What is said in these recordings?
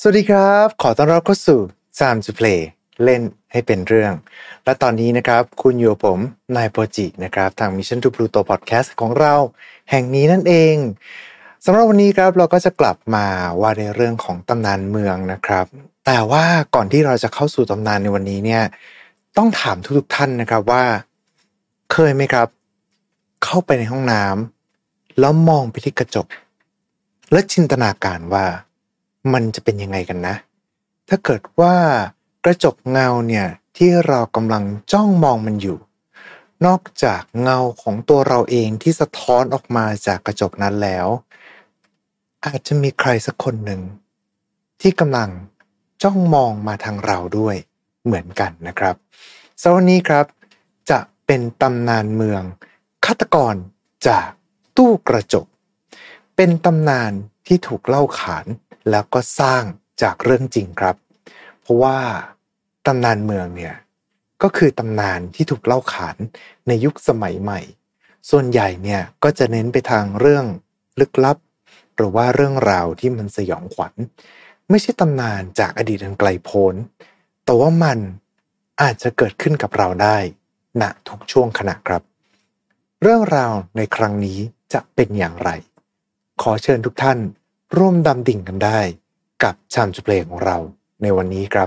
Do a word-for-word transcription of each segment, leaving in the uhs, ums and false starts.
สวัสดีครับขอต้อนรับเข้าสู่ Time to Play เล่นให้เป็นเรื่องและตอนนี้นะครับคุณอยู่กับผมนายโปรจินะครับทาง Mission to Pluto Podcast ของเราแห่งนี้นั่นเองสำหรับวันนี้ครับเราก็จะกลับมาว่าในเรื่องของตำนานเมืองนะครับแต่ว่าก่อนที่เราจะเข้าสู่ตำนานในวันนี้เนี่ยต้องถามทุกๆท่านนะครับว่าเคยไหมครับเข้าไปในห้องน้ำแล้วมองไปที่กระจกและจินตนาการว่ามันจะเป็นยังไงกันนะถ้าเกิดว่ากระจกเงาเนี่ยที่เรากำลังจ้องมองมันอยู่นอกจากเงาของตัวเราเองที่สะท้อนออกมาจากกระจกนั้นแล้วอาจจะมีใครสักคนหนึ่งที่กำลังจ้องมองมาทางเราด้วยเหมือนกันนะครับสำหรับวันนี้ครับจะเป็นตำนานเมืองฆาตกรจากตู้กระจกเป็นตำนานที่ถูกเล่าขานแล้วก็สร้างจากเรื่องจริงครับเพราะว่าตำนานเมืองเนี่ยก็คือตำนานที่ถูกเล่าขานในยุคสมัยใหม่ส่วนใหญ่เนี่ยก็จะเน้นไปทางเรื่องลึกลับหรือว่าเรื่องราวที่มันสยองขวัญไม่ใช่ตำนานจากอดีตอันไกลโพ้นแต่ว่ามันอาจจะเกิดขึ้นกับเราได้ณทุกช่วงขณะครับเรื่องราวในครั้งนี้จะเป็นอย่างไรขอเชิญทุกท่านร่วมดำดิ่งกันได้กับ Time to Play ของเราในวันนี้ครับ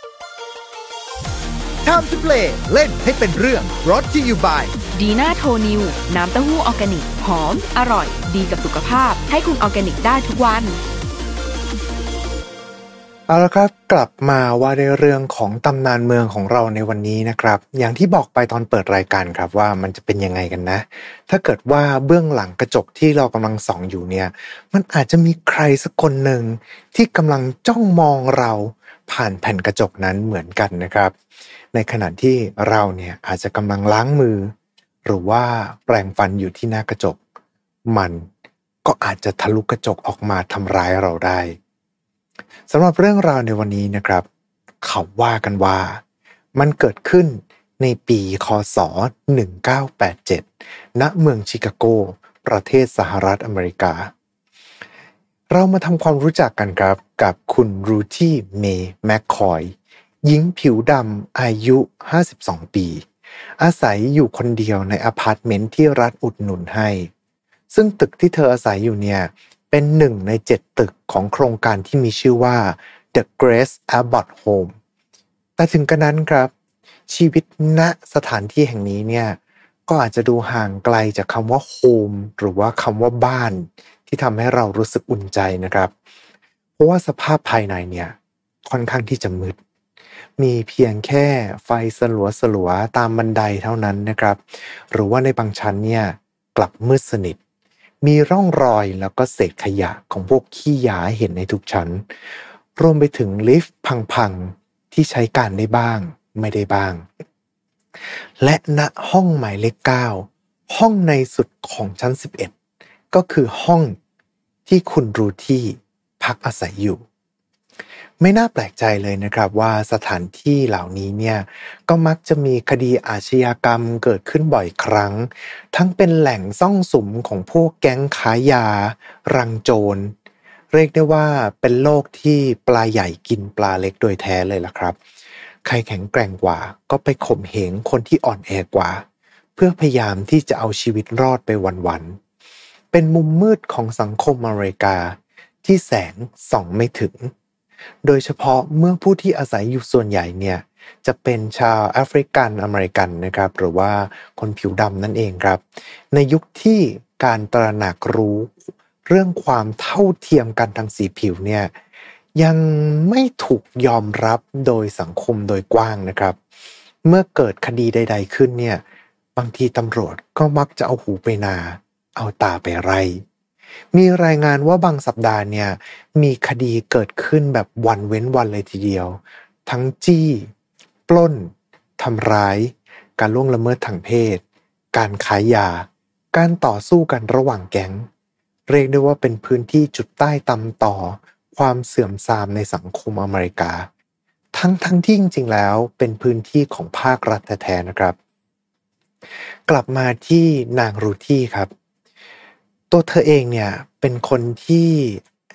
Time to Play เล่นให้เป็นเรื่อง brought to you by ดีน่าโทนิวน้ำเต้าหู้ออร์แกนิกหอมอร่อยดีกับสุขภาพให้คุณออร์แกนิกได้ทุกวันเอาละครับกลับมาว่าในเรื่องของตำนานเมืองของเราในวันนี้นะครับอย่างที่บอกไปตอนเปิดรายการครับว่ามันจะเป็นยังไงกันนะถ้าเกิดว่าเบื้องหลังกระจกที่เรากำลังส่องอยู่เนี่ยมันอาจจะมีใครสักคนหนึ่งที่กำลังจ้องมองเราผ่านแผ่นกระจกนั้นเหมือนกันนะครับในขณะที่เราเนี่ยอาจจะกำลังล้างมือหรือว่าแปรงฟันอยู่ที่หน้ากระจกมันก็อาจจะทะลุกระจกออกมาทำร้ายเราได้สำหรับเรื่องราวในวันนี้นะครับเขาว่ากันว่ามันเกิดขึ้นในปีค.ศ. หนึ่งเก้าแปดเจ็ดณเมืองชิคาโกประเทศสหรัฐอเมริกาเรามาทำความรู้จักกันครับกับคุณรูที่เมย์แมคคอยหญิงผิวดำอายุห้าสิบสองปีอาศัยอยู่คนเดียวในอพาร์ตเมนต์ที่รัฐอุดหนุนให้ซึ่งตึกที่เธออาศัยอยู่เนี่ยเป็นหนึ่งในเจ็ดตึกของโครงการที่มีชื่อว่า The Grace Abbott Home แต่ถึงกระนั้นครับชีวิตณสถานที่แห่งนี้เนี่ยก็อาจจะดูห่างไกลจากคำว่า home หรือว่าคำว่าบ้านที่ทำให้เรารู้สึกอุ่นใจนะครับเพราะว่าสภาพภายในเนี่ยค่อนข้างที่จะมืดมีเพียงแค่ไฟสลัวๆตามบันไดเท่านั้นนะครับหรือว่าในบางชั้นเนี่ยกลับมืดสนิทมีร่องรอยแล้วก็เศษขยะของพวกขี้ยาเห็นในทุกชั้นรวมไปถึงลิฟต์พังๆที่ใช้การได้บ้างไม่ได้บ้างและณห้องหมายเลขเก้าห้องในสุดของชั้นสิบเอ็ดก็คือห้องที่คุณรูที่พักอาศัยอยู่ไม่น่าแปลกใจเลยนะครับว่าสถานที่เหล่านี้เนี่ยก็มักจะมีคดีอาชญากรรมเกิดขึ้นบ่อยครั้งทั้งเป็นแหล่งซ่องสุมของพวกแก๊งค้ายารังโจรเรียกได้ว่าเป็นโลกที่ปลาใหญ่กินปลาเล็กโดยแท้เลยล่ะครับใครแข็งแกร่งกว่าก็ไปข่มเหงคนที่อ่อนแอกว่าเพื่อพยายามที่จะเอาชีวิตรอดไปวันๆเป็นมุมมืดของสังคมอเมริกาที่แสงส่องไม่ถึงโดยเฉพาะเมื่อผู้ที่อาศัยอยู่ส่วนใหญ่เนี่ยจะเป็นชาวแอฟริกันอเมริกันนะครับหรือว่าคนผิวดำนั่นเองครับในยุคที่การตระหนักรู้เรื่องความเท่าเทียมกันทางสีผิวเนี่ยยังไม่ถูกยอมรับโดยสังคมโดยกว้างนะครับเมื่อเกิดคดีใดๆขึ้นเนี่ยบางทีตำรวจก็มักจะเอาหูไปนาเอาตาไปไร่มีรายงานว่าบางสัปดาห์เนี่ยมีคดีเกิดขึ้นแบบวันเว้นวันเลยทีเดียวทั้งจี้ปล้นทำร้ายการล่วงละเมิดทางเพศการขายยาการต่อสู้กันระหว่างแก๊งเรียกได้ว่าเป็นพื้นที่จุดใต้ตำต่อความเสื่อมทรามในสังคมอเมริกาทั้งทั้งที่จริงๆแล้วเป็นพื้นที่ของภาครัฐแท้ๆนะครับกลับมาที่นางรูที่ครับตัวเธอเองเนี่ยเป็นคนที่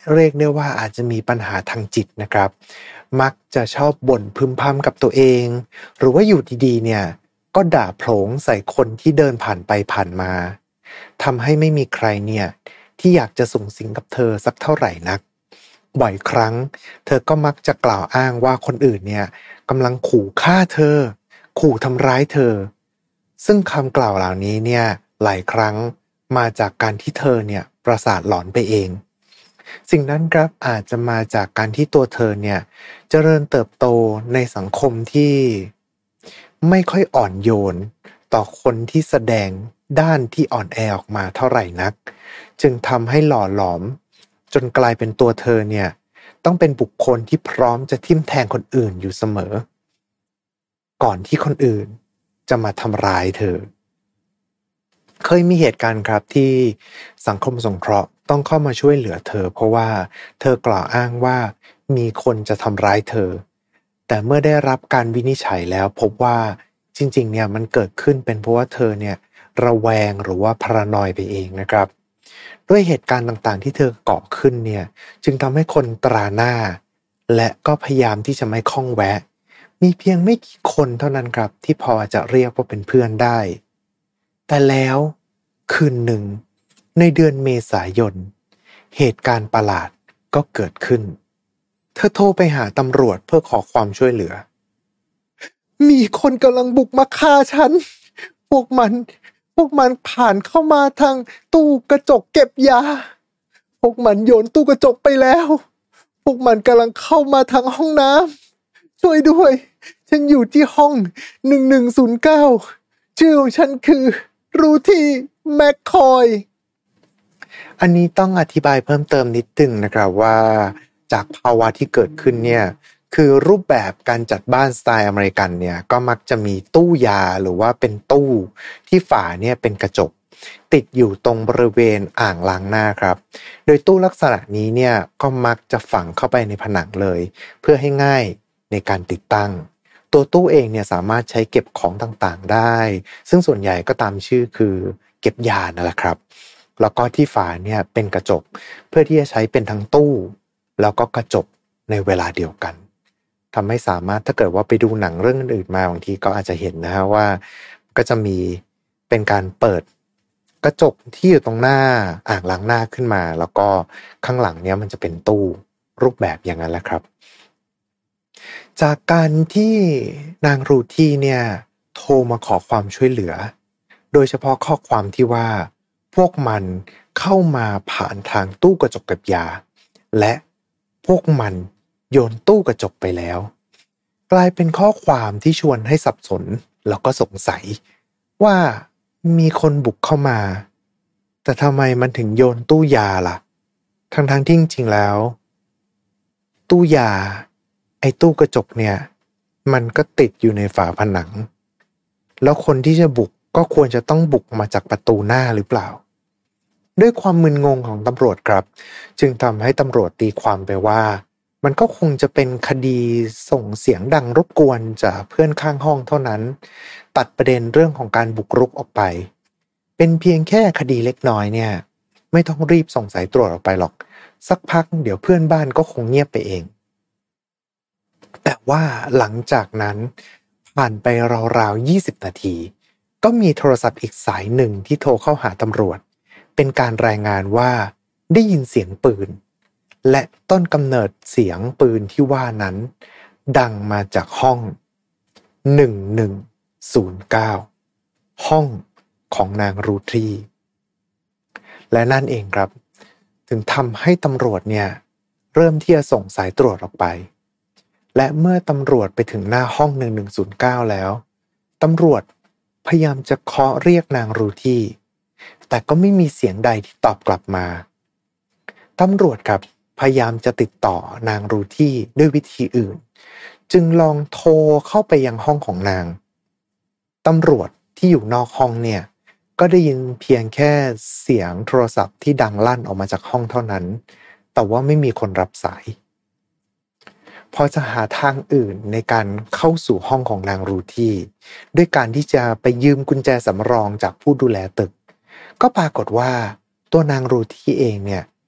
เรียกได้ว่าอาจจะมีปัญหาทางจิตนะครับมักจะชอบบ่นพึมพำกับตัวเองหรือว่าอยู่ดีๆเนี่ยก็ด่าโผลงใส่คนที่เดินผ่านไปผ่านมาทำให้ไม่มีใครเนี่ยที่อยากจะสุงสิงกับเธอสักเท่าไหร่นักบ่อยครั้งเธอก็มักจะกล่าวอ้างว่าคนอื่นเนี่ยกำลังขู่ฆ่าเธอขู่ทำร้ายเธอซึ่งคำกล่าวเหล่านี้เนี่ยหลายครั้งมาจากการที่เธอเนี่ยประสาทหลอนไปเองสิ่งนั้นครับอาจจะมาจากการที่ตัวเธอเนี่ยเจริญเติบโตในสังคมที่ไม่ค่อยอ่อนโยนต่อคนที่แสดงด้านที่อ่อนแอออกมาเท่าไหร่นักจึงทำให้หล่อหลอมจนกลายเป็นตัวเธอเนี่ยต้องเป็นบุคคลที่พร้อมจะทิ่มแทงคนอื่นอยู่เสมอก่อนที่คนอื่นจะมาทำร้ายเธอเคยมีเหตุการณ์ครับที่สังคมสงเคราะห์ต้องเข้ามาช่วยเหลือเธอเพราะว่าเธอกล่าวอ้างว่ามีคนจะทำร้ายเธอแต่เมื่อได้รับการวินิจฉัยแล้วพบว่าจริงๆเนี่ยมันเกิดขึ้นเป็นเพราะว่าเธอเนี่ยระแวงหรือว่าพารานอยไปเองนะครับด้วยเหตุการณ์ต่างๆที่เธอก่อขึ้นเนี่ยจึงทำให้คนตราหน้าและก็พยายามที่จะไม่ข้องแวะมีเพียงไม่กี่คนเท่านั้นครับที่พอจะเรียกว่าเป็นเพื่อนได้แต่แล้วคืนหนึ่งในเดือนเมษายนเหตุการณ์ประหลาดก็เกิดขึ้นเธอโทรไปหาตำรวจเพื่อขอความช่วยเหลือมีคนกำลังบุกมาฆ่าฉันพวกมันพวกมันผ่านเข้ามาทางตู้กระจกเก็บยาพวกมันโยนตู้กระจกไปแล้วพวกมันกำลังเข้ามาทางห้องน้ำช่วยด้วยฉันอยู่ที่ห้องหนึ่งหนึ่งศูนย์เก้าชื่อของฉันคือรูที่แมคคอยอันนี้ต้องอธิบายเพิ่มเติมนิดนึงนะครับว่าจากภาวะที่เกิดขึ้นเนี่ยคือรูปแบบการจัดบ้านสไตล์อเมริกันเนี่ยก็มักจะมีตู้ยาหรือว่าเป็นตู้ที่ฝาเนี่ยเป็นกระจกติดอยู่ตรงบริเวณอ่างล้างหน้าครับโดยตู้ลักษณะนี้เนี่ยก็มักจะฝังเข้าไปในผนังเลยเพื่อให้ง่ายในการติดตั้งตัวตู้เองเนี่ยสามารถใช้เก็บของต่างๆได้ซึ่งส่วนใหญ่ก็ตามชื่อคือเก็บยานั่นแหละครับแล้วก็ที่ฝาเนี่ยเป็นกระจกเพื่อที่จะใช้เป็นทั้งตู้แล้วก็กระจกในเวลาเดียวกันทำให้สามารถถ้าเกิดว่าไปดูหนังเรื่องอื่นมาบางทีก็อาจจะเห็นนะฮะว่าก็จะมีเป็นการเปิดกระจกที่อยู่ตรงหน้าอ่างล้างหน้าขึ้นมาแล้วก็ข้างหลังเนี้ยมันจะเป็นตู้รูปแบบอย่างนั้นแหละครับจากการที่นางรูที่เนี่ยโทรมาขอความช่วยเหลือโดยเฉพาะข้อความที่ว่าพวกมันเข้ามาผ่านทางตู้กระจกเก็บยาและพวกมันโยนตู้กระจกไปแล้วกลายเป็นข้อความที่ชวนให้สับสนแล้วก็สงสัยว่ามีคนบุกเข้ามาแต่ทำไมมันถึงโยนตู้ยาล่ะทั้งๆที่จริงๆแล้วตู้ยาไอ้ตู้กระจกเนี่ยมันก็ติดอยู่ในฝาผนังแล้วคนที่จะบุกก็ควรจะต้องบุกมาจากประตูหน้าหรือเปล่าด้วยความมึนงงของตำรวจครับจึงทำให้ตำรวจตีความไปว่ามันก็คงจะเป็นคดีส่งเสียงดังรบกวนจากเพื่อนข้างห้องเท่านั้นตัดประเด็นเรื่องของการบุกรุกออกไปเป็นเพียงแค่คดีเล็กน้อยเนี่ยไม่ต้องรีบส่งสายตรวจออกไปหรอกสักพักเดี๋ยวเพื่อนบ้านก็คงเงียบไปเองแต่ว่าหลังจากนั้นผ่านไปราวๆยี่สิบนาทีก็มีโทรศัพท์อีกสายหนึ่งที่โทรเข้าหาตำรวจเป็นการรายงานว่าได้ยินเสียงปืนและต้นกำเนิดเสียงปืนที่ว่านั้นดังมาจากห้องหนึ่งหนึ่งศูนย์เก้าห้องของนางรูทรีและนั่นเองครับถึงทำให้ตำรวจเนี่ยเริ่มที่จะส่งสายตรวจออกไปและเมื่อตำรวจไปถึงหน้าห้องหนึ่งหนึ่งศูนย์เก้าแล้วตำรวจพยายามจะเคาะเรียกนางรูที่แต่ก็ไม่มีเสียงใดที่ตอบกลับมาตำรวจครับพยายามจะติดต่อนางรูที่ด้วยวิธีอื่นจึงลองโทรเข้าไปยังห้องของนางตำรวจที่อยู่นอกห้องเนี่ยก็ได้ยินเพียงแค่เสียงโทรศัพท์ที่ดังลั่นออกมาจากห้องเท่านั้นแต่ว่าไม่มีคนรับสายพอจะหาทางอื่นในการเข้าสู่ห้องของนางรูที่ด้วยการที่จะไปยืมกุญแจสำรองจากผู้ดูแลตึกก็ปรากฏว่าตัวนางรูที่เองเนี่ย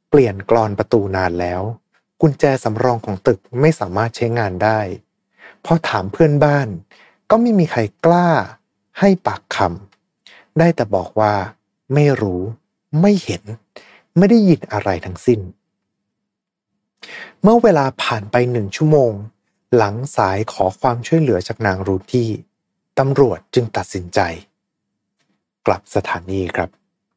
เปลี่ยนกลอนประตูนานแล้วกุญแจสำรองของตึกไม่สามารถใช้งานได้พอถามเพื่อนบ้านก็ไม่มีใครกล้าให้ปากคำได้แต่บอกว่าไม่รู้ไม่เห็นไม่ได้ยินอะไรทั้งสิ้นเมื่อเวลาผ่านไปหนึ่งชั่วโมงหลังสายขอความช่วยเหลือจากนางรูตี้ตำรวจจึงตัดสินใจกลับสถานีครับ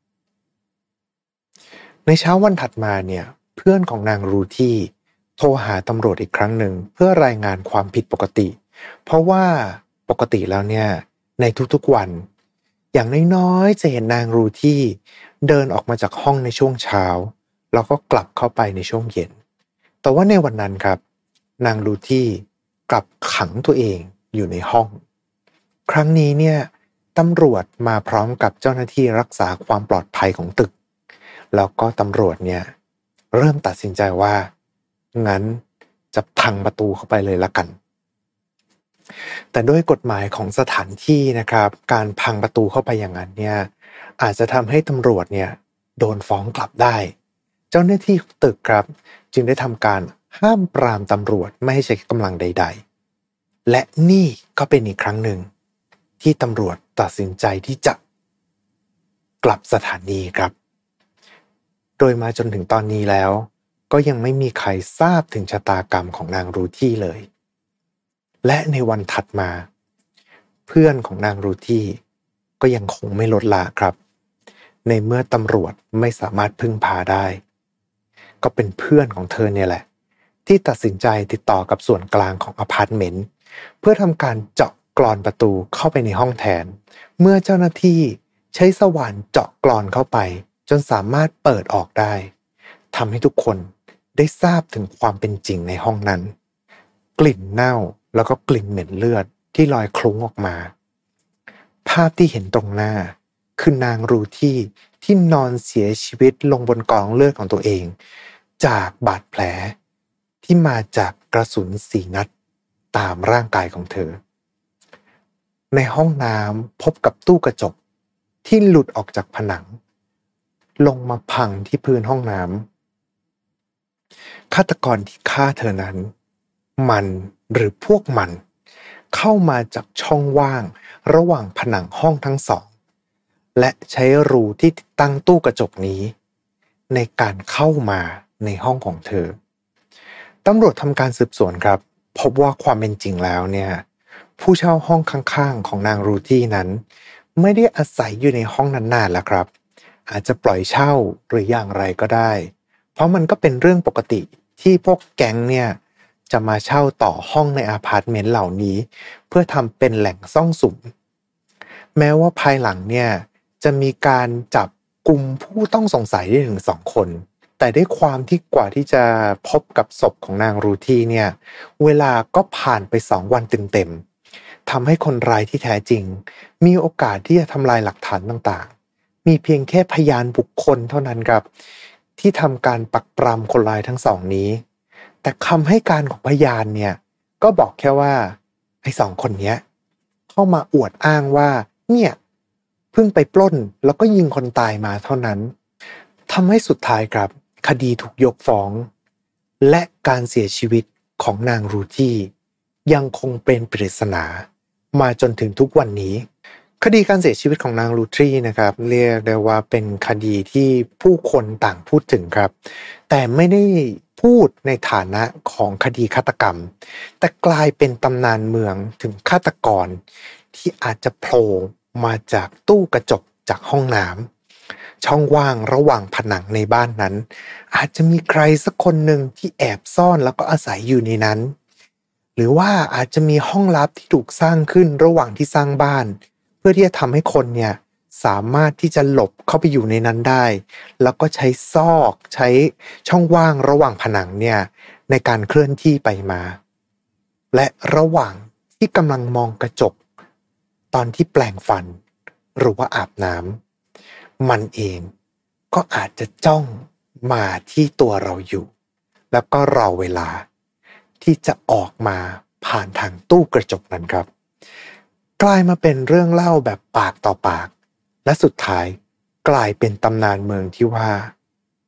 ในเช้าวันถัดมาเนี่ยเพื่อนของนางรูตี้โทรหาตำรวจอีกครั้งหนึ่งเพื่อรายงานความผิดปกติเพราะว่าปกติแล้วเนี่ยในทุกๆวันอย่างน้อยๆจะเห็นนางรูตี้เดินออกมาจากห้องในช่วงเช้าแล้วก็กลับเข้าไปในช่วงเย็นแต่ว่าในวันนั้นครับนางรูตี้กลับขังตัวเองอยู่ในห้องครั้งนี้เนี่ยตำรวจมาพร้อมกับเจ้าหน้าที่รักษาความปลอดภัยของตึกแล้วก็ตำรวจเนี่ยเริ่มตัดสินใจว่างั้นจะพังประตูเข้าไปเลยละกันแต่ด้วยกฎหมายของสถานที่นะครับการพังประตูเข้าไปอย่างนั้นเนี่ยอาจจะทำให้ตำรวจเนี่ยโดนฟ้องกลับได้เจ้าหน้าที่ตึกครับจึงได้ทำการห้ามปรามตำรวจไม่ให้ใช้กำลังใดๆและนี่ก็เป็นอีกครั้งหนึ่งที่ตำรวจตัดสินใจที่จะกลับสถานีครับโดยมาจนถึงตอนนี้แล้วก็ยังไม่มีใครทราบถึงชะตากรรมของนางรูตี้เลยและในวันถัดมาเพื่อนของนางรูตี้ก็ยังคงไม่ลดละครับในเมื่อตำรวจไม่สามารถพึ่งพาได้ก็เป็นเพื่อนของเธอเนี่ยแหละที่ตัดสินใจติดต่อกับส่วนกลางของอพาร์ตเมนต์เพื่อทำการเจาะกลอนประตูเข้าไปในห้องแทนเมื่อเจ้าหน้าที่ใช้สว่านเจาะกลอนเข้าไปจนสามารถเปิดออกได้ทำให้ทุกคนได้ทราบถึงความเป็นจริงในห้องนั้นกลิ่นเน่าแล้วก็กลิ่นเหม็นเลือดที่ลอยคลุ้งออกมาภาพที่เห็นตรงหน้าคือนางรูตี้ที่นอนเสียชีวิตลงบนกองเลือดของตัวเองจากบาดแผลที่มาจากกระสุนสี่นัดตามร่างกายของเธอในห้องน้ำพบกับตู้กระจกที่หลุดออกจากผนังลงมาพังที่พื้นห้องน้ำฆาตกรที่ฆ่าเธอนั้นมันหรือพวกมันเข้ามาจากช่องว่างระหว่างผนังห้องทั้งสองและใช้รูที่ติดตั้งตู้กระจกนี้ในการเข้ามาในห้องของเธอตำรวจทำการสืบสวนครับพบว่าความเป็นจริงแล้วเนี่ยผู้เช่าห้องข้างๆของนางรูตี้นั้นไม่ได้อาศัยอยู่ในห้องนั้นนานแล้วครับอาจจะปล่อยเช่าหรืออย่างไรก็ได้เพราะมันก็เป็นเรื่องปกติที่พวกแก๊งเนี่ยจะมาเช่าต่อห้องในอพาร์ตเมนต์เหล่านี้เพื่อทำเป็นแหล่งซ่องสุมแม้ว่าภายหลังเนี่ยจะมีการจับกุมผู้ต้องสงสัยได้ถึงสองคนแต่ด้วยความที่กว่าที่จะพบกับศพของนางรูตี้เนี่ยเวลาก็ผ่านไปสองวันเต็มๆทำให้คนร้ายที่แท้จริงมีโอกาสที่จะทำลายหลักฐานต่างๆมีเพียงแค่พยานบุคคลเท่านั้นครับที่ทำการปักปรำคนร้ายทั้งสองนี้แต่คำให้การของพยานเนี่ยก็บอกแค่ว่าไอ้สองคนเนี้ยเข้ามาอวดอ้างว่าเนี่ยเพิ่งไปปล้นแล้วก็ยิงคนตายมาเท่านั้นทำให้สุดท้ายครับคดีถูกยกฟ้องและการเสียชีวิตของนางรูตี้ยังคงเป็นปริศนามาจนถึงทุกวันนี้คดีการเสียชีวิตของนางรูตี้นะครับเรียกได้ว่าเป็นคดีที่ผู้คนต่างพูดถึงครับแต่ไม่ได้พูดในฐานะของคดีฆาตกรรมแต่กลายเป็นตำนานเมืองถึงฆาตกรที่อาจจะโผล่มาจากตู้กระจกจากห้องน้ำช่องว่างระหว่างผนังในบ้านนั้นอาจจะมีใครสักคนหนึ่งที่แอบซ่อนแล้วก็อาศัยอยู่ในนั้นหรือว่าอาจจะมีห้องลับที่ถูกสร้างขึ้นระหว่างที่สร้างบ้านเพื่อที่จะทำให้คนเนี่ยสามารถที่จะหลบเข้าไปอยู่ในนั้นได้แล้วก็ใช้ซอกใช้ช่องว่างระหว่างผนังเนี่ยในการเคลื่อนที่ไปมาและระหว่างที่กำลังมองกระจกตอนที่แปรงฟันหรือว่าอาบน้ำมันเองก็อาจจะจ้องมาที่ตัวเราอยู่แล้วก็รอเวลาที่จะออกมาผ่านทางตู้กระจกนั้นครับกลายมาเป็นเรื่องเล่าแบบปากต่อปากและสุดท้ายกลายเป็นตำนานเมืองที่ว่า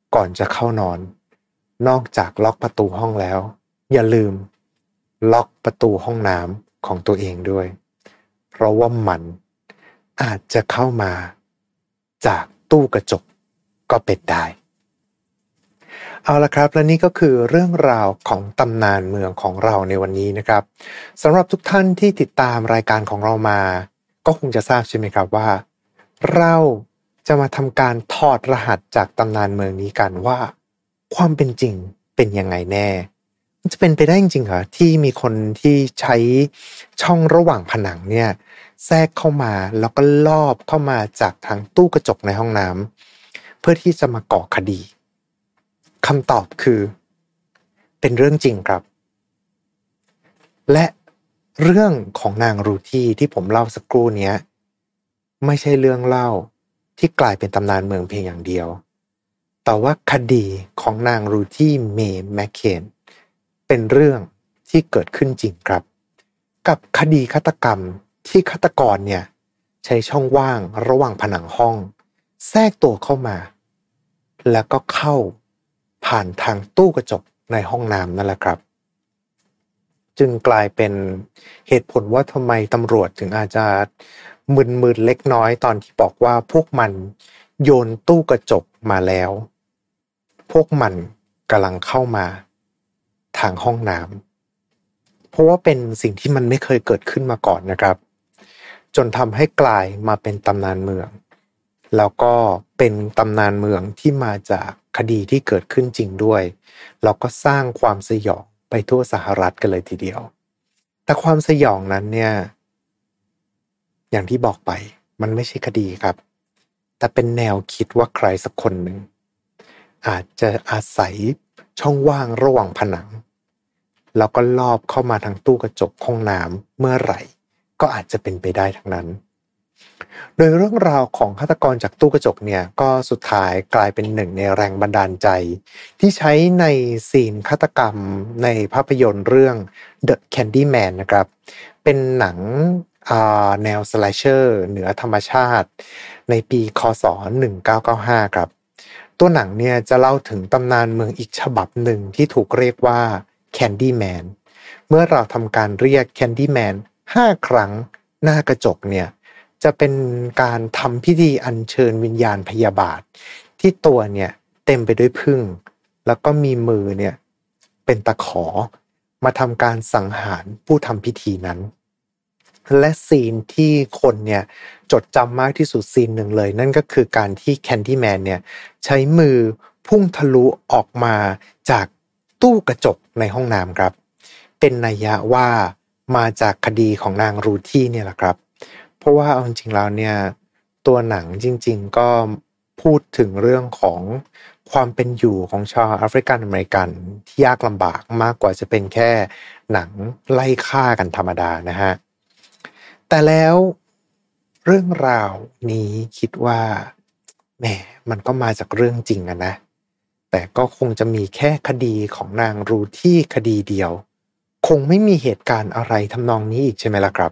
ก่อนจะเข้านอนนอกจากล็อกประตูห้องแล้วอย่าลืมล็อกประตูห้องน้ำของตัวเองด้วยเพราะว่ามันอาจจะเข้ามาจากตู้กระจกก็เป็นได้เอาละครับและนี่ก็คือเรื่องราวของตำนานเมืองของเราในวันนี้นะครับสำหรับทุกท่านที่ติดตามรายการของเรามาก็คงจะทราบใช่ไหมครับว่าเราจะมาทำการถอดรหัสจากตำนานเมืองนี้กันว่าความเป็นจริงเป็นยังไงแน่มันจะเป็นไปได้จริงๆเหรอที่มีคนที่ใช้ช่องระหว่างผนังเนี่ยแทรกเข้ามาแล้วก็ลอบเข้ามาจากทางตู้กระจกในห้องน้ำเพื่อที่จะมาก่อคดีคำตอบคือเป็นเรื่องจริงครับและเรื่องของนางรูที่ที่ผมเล่าสักครู่นี้ไม่ใช่เรื่องเล่าที่กลายเป็นตำนานเมืองเพียงอย่างเดียวแต่ว่าคดีของนางรูที่เมย์แมคเคนเป็นเรื่องที่เกิดขึ้นจริงครับกับคดีฆาตกรรมที่ฆาตกรเนี่ยใช้ช่องว่างระหว่างผนังห้องแทรกตัวเข้ามาแล้วก็เข้าผ่านทางตู้กระจกในห้องน้ำนั่นแหละครับจึงกลายเป็นเหตุผลว่าทำไมตำรวจถึงอาจจะมึนๆเล็กน้อยตอนที่บอกว่าพวกมันโยนตู้กระจกมาแล้วพวกมันกำลังเข้ามาทางห้องน้ำเพราะว่าเป็นสิ่งที่มันไม่เคยเกิดขึ้นมาก่อนนะครับจนทำให้กลายมาเป็นตำนานเมืองแล้วก็เป็นตำนานเมืองที่มาจากคดีที่เกิดขึ้นจริงด้วยแล้วก็สร้างความสยองไปทั่วสหรัฐกันเลยทีเดียวแต่ความสยองนั้นเนี่ยอย่างที่บอกไปมันไม่ใช่คดีครับแต่เป็นแนวคิดว่าใครสักคนหนึ่งอาจจะอาศัยช่องว่างระหว่างผนังแล้วก็ลอบเข้ามาทางตู้กระจกห้องน้ำเมื่อไหร่ก็อาจจะเป็นไปได้ทั้งนั้นโดยเรื่องราวของฆาตกรจากตู้กระจกเนี่ยก็สุดท้ายกลายเป็นหนึ่งในแรงบันดาลใจที่ใช้ในซีนฆาตกรรมในภาพยนตร์เรื่อง The Candyman นะครับเป็นหนังแนวสไลเชอร์เหนือธรรมชาติในปีค.ศ. หนึ่งพันเก้าร้อยเก้าสิบห้าครับตัวหนังเนี่ยจะเล่าถึงตำนานเมืองอีกฉบับหนึ่งที่ถูกเรียกว่า Candyman เมื่อเราทำการเรียก Candyman ห้าครั้งหน้ากระจกเนี่ยจะเป็นการทำพิธีอัญเชิญวิญญาณพยาบาทที่ตัวเนี่ยเต็มไปด้วยผึ้งแล้วก็มีมือเนี่ยเป็นตะขอมาทำการสังหารผู้ทำพิธีนั้นและซีนที่คนเนี่ยจดจำมากที่สุดซีนหนึ่งเลยนั่นก็คือการที่แคนดี้แมนเนี่ยใช้มือพุ่งทะลุออกมาจากตู้กระจกในห้องน้ำครับเป็นนัยยะว่ามาจากคดีของนางรูที่เนี่ยแหละครับเพราะว่าเอาจริงๆแล้วเนี่ยตัวหนังจริงๆก็พูดถึงเรื่องของความเป็นอยู่ของชาวแอฟริกันอเมริกันที่ยากลำบากมากกว่าจะเป็นแค่หนังไล่ฆ่ากันธรรมดานะฮะแต่แล้วเรื่องราวนี้คิดว่าแหมมันก็มาจากเรื่องจริงอะนะแต่ก็คงจะมีแค่คดีของนางรูที่คดีเดียวคงไม่มีเหตุการณ์อะไรทำนองนี้อีกใช่ไหมล่ะครับ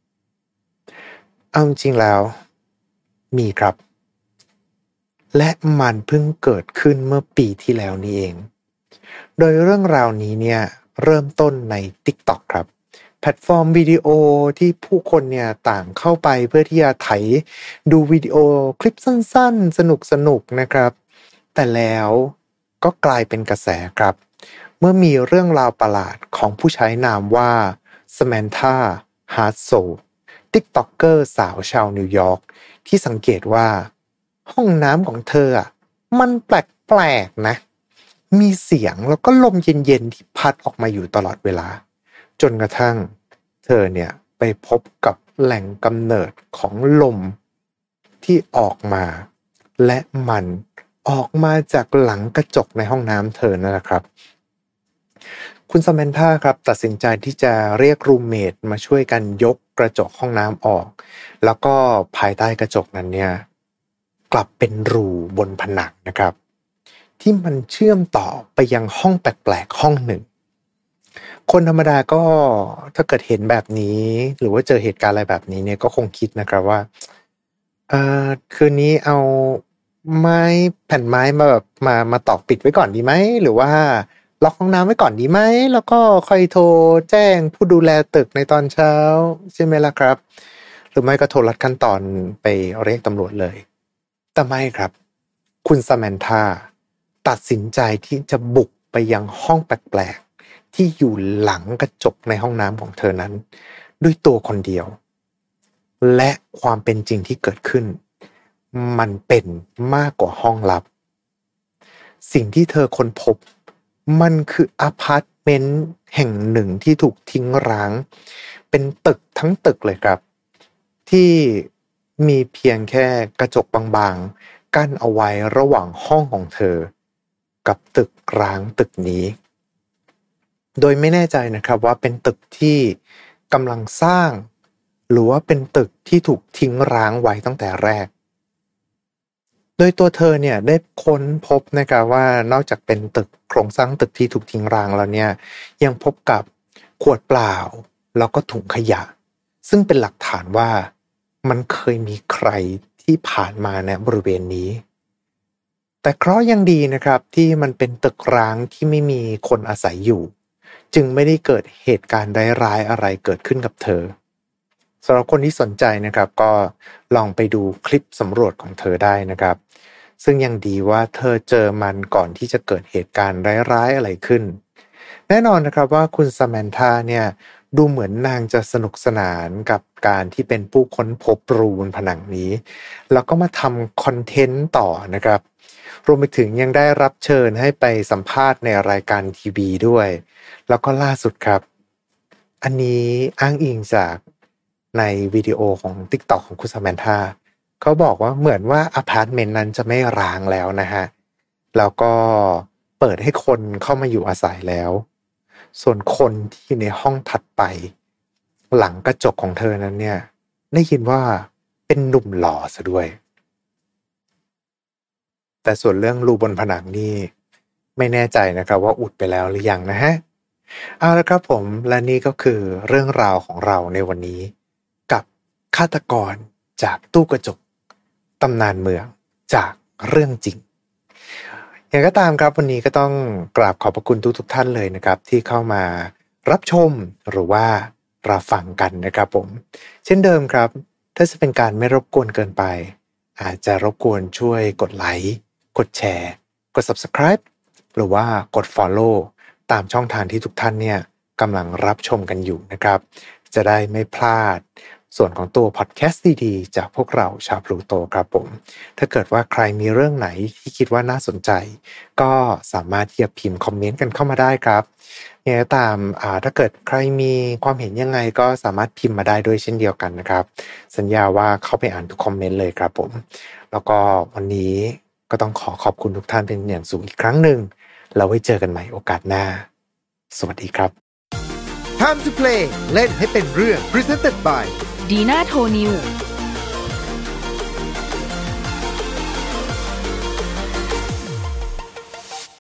เอาจริงแล้วมีครับและมันเพิ่งเกิดขึ้นเมื่อปีที่แล้วนี่เองโดยเรื่องราวนี้เนี่ยเริ่มต้นใน TikTok ครับแพลตฟอร์มวิดีโอที่ผู้คนเนี่ยต่างเข้าไปเพื่อที่จะไถดูวิดีโอคลิปสั้นๆสนุกๆนะครับแต่แล้วก็กลายเป็นกระแสครับเมื่อมีเรื่องราวประหลาดของผู้ใช้นามว่า Samantha Hardsoul TikToker สาวชาวนิวยอร์กที่สังเกตว่าห้องน้ำของเธออ่ะมันแปลกๆนะมีเสียงแล้วก็ลมเย็นๆที่พัดออกมาอยู่ตลอดเวลาจนกระทั่งเธอเนี่ยไปพบกับแหล่งกำเนิดของลมที่ออกมาและมันออกมาจากหลังกระจกในห้องน้ำเธอนั่นแหละครับคุณซาแมนธาครับตัดสินใจที่จะเรียกรูมเมทมาช่วยกันยกกระจกห้องน้ำออกแล้วก็ภายใต้กระจกนั้นเนี่ยกลับเป็นรูบนผนังนะครับที่มันเชื่อมต่อไปยังห้องแปลกๆห้องหนึ่งคนธรรมดาก็ถ้าเกิดเห็นแบบนี้หรือว่าเจอเหตุการณ์อะไรแบบนี้เนี่ยก็คงคิดนะครับว่าเอ่อคืนนี้เอาไม้แผ่นไม้มาแบบมามาตอกปิดไว้ก่อนดีไหมหรือว่าล็อกห้องน้ำไว้ก่อนดีไหมแล้วก็ค่อยโทรแจ้งผู้ดูแลตึกในตอนเช้าใช่ไหมล่ะครับหรือไม่ก็โทรลัดขั้นตอนไปเรียกตำรวจเลยแต่ไม่ครับคุณซาแมนธาตัดสินใจที่จะบุกไปยังห้องแปลกๆที่อยู่หลังกระจกในห้องน้ำของเธอนั้นด้วยตัวคนเดียวและความเป็นจริงที่เกิดขึ้นมันเป็นมากกว่าห้องลับสิ่งที่เธอค้นพบมันคืออพาร์ตเมนต์แห่งหนึ่งที่ถูกทิ้งร้างเป็นตึกทั้งตึกเลยครับที่มีเพียงแค่กระจกบางๆกั้นเอาไว้ระหว่างห้องของเธอกับตึกร้างตึกนี้โดยไม่แน่ใจนะครับว่าเป็นตึกที่กำลังสร้างหรือว่าเป็นตึกที่ถูกทิ้งร้างไว้ตั้งแต่แรกโดยตัวเธอเนี่ยได้ค้นพบนะครับว่านอกจากเป็นตึกโครงสร้างตึกที่ถูกทิ้งร้างแล้วเนี่ยยังพบกับขวดเปล่าแล้วก็ถุงขยะซึ่งเป็นหลักฐานว่ามันเคยมีใครที่ผ่านมาในบริเวณนี้แต่เคราะห์ยังดีนะครับที่มันเป็นตึกร้างที่ไม่มีคนอาศัยอยู่จึงไม่ได้เกิดเหตุการณ์ร้ายๆอะไรเกิดขึ้นกับเธอสำหรับคนที่สนใจนะครับก็ลองไปดูคลิปสำรวจของเธอได้นะครับซึ่งยังดีว่าเธอเจอมันก่อนที่จะเกิดเหตุการณ์ร้ายๆอะไรขึ้นแน่นอนนะครับว่าคุณซาแมนธาเนี่ยดูเหมือนนางจะสนุกสนานกับการที่เป็นผู้ค้นพบรูบนผนังนี้แล้วก็มาทำคอนเทนต์ต่อนะครับรวมไปถึงยังได้รับเชิญให้ไปสัมภาษณ์ในรายการทีวีด้วยแล้วก็ล่าสุดครับอันนี้อ้างอิงจากในวิดีโอของ TikTok ของคุณซาแมนธาเขาบอกว่าเหมือนว่าอพาร์ตเมนต์นั้นจะไม่ร้างแล้วนะฮะแล้วก็เปิดให้คนเข้ามาอยู่อาศัยแล้วส่วนคนที่อยู่ในห้องถัดไปหลังกระจกของเธอนั้นเนี่ยได้ยินว่าเป็นหนุ่มหล่อซะด้วยแต่ส่วนเรื่องรูบนผนังนี่ไม่แน่ใจนะครับว่าอุดไปแล้วหรือยังนะฮะเอาละครับผมและนี่ก็คือเรื่องราวของเราในวันนี้กับฆาตกรจากตู้กระจกตำนานเมืองจากเรื่องจริงอย่างก็ตามครับวันนี้ก็ต้องกราบขอบพระคุณทุกทุกท่านเลยนะครับที่เข้ามารับชมหรือว่ารับฟังกันนะครับผมเช่นเดิมครับถ้าจะเป็นการไม่รบกวนเกินไปอาจจะรบกวนช่วยกดไลค์กดแชร์กด Subscribe หรือว่ากด Follow ตามช่องทางที่ทุกท่านเนี่ยกำลังรับชมกันอยู่นะครับจะได้ไม่พลาดส่วนของตัวพอดแคสต์ดีๆจากพวกเราชาวพลูโตครับผมถ้าเกิดว่าใครมีเรื่องไหนที่คิดว่าน่าสนใจก็สามารถที่จะพิมพ์คอมเมนต์กันเข้ามาได้ครับยังไงก็ตามอ่าถ้าเกิดใครมีความเห็นยังไงก็สามารถพิมพ์มาได้ด้วยเช่นเดียวกันนะครับสัญญาว่าเข้าไปอ่านทุกคอมเมนต์เลยครับผมแล้วก็วันนี้ก็ต้องขอขอบคุณทุกท่านเป็นอย่างสูงอีกครั้งหนึ่งเราไว้เจอกันใหม่โอกาสหน้าสวัสดีครับ Time to play เล่นให้เป็นเรื่อง Presented by ดีน่าโทนิว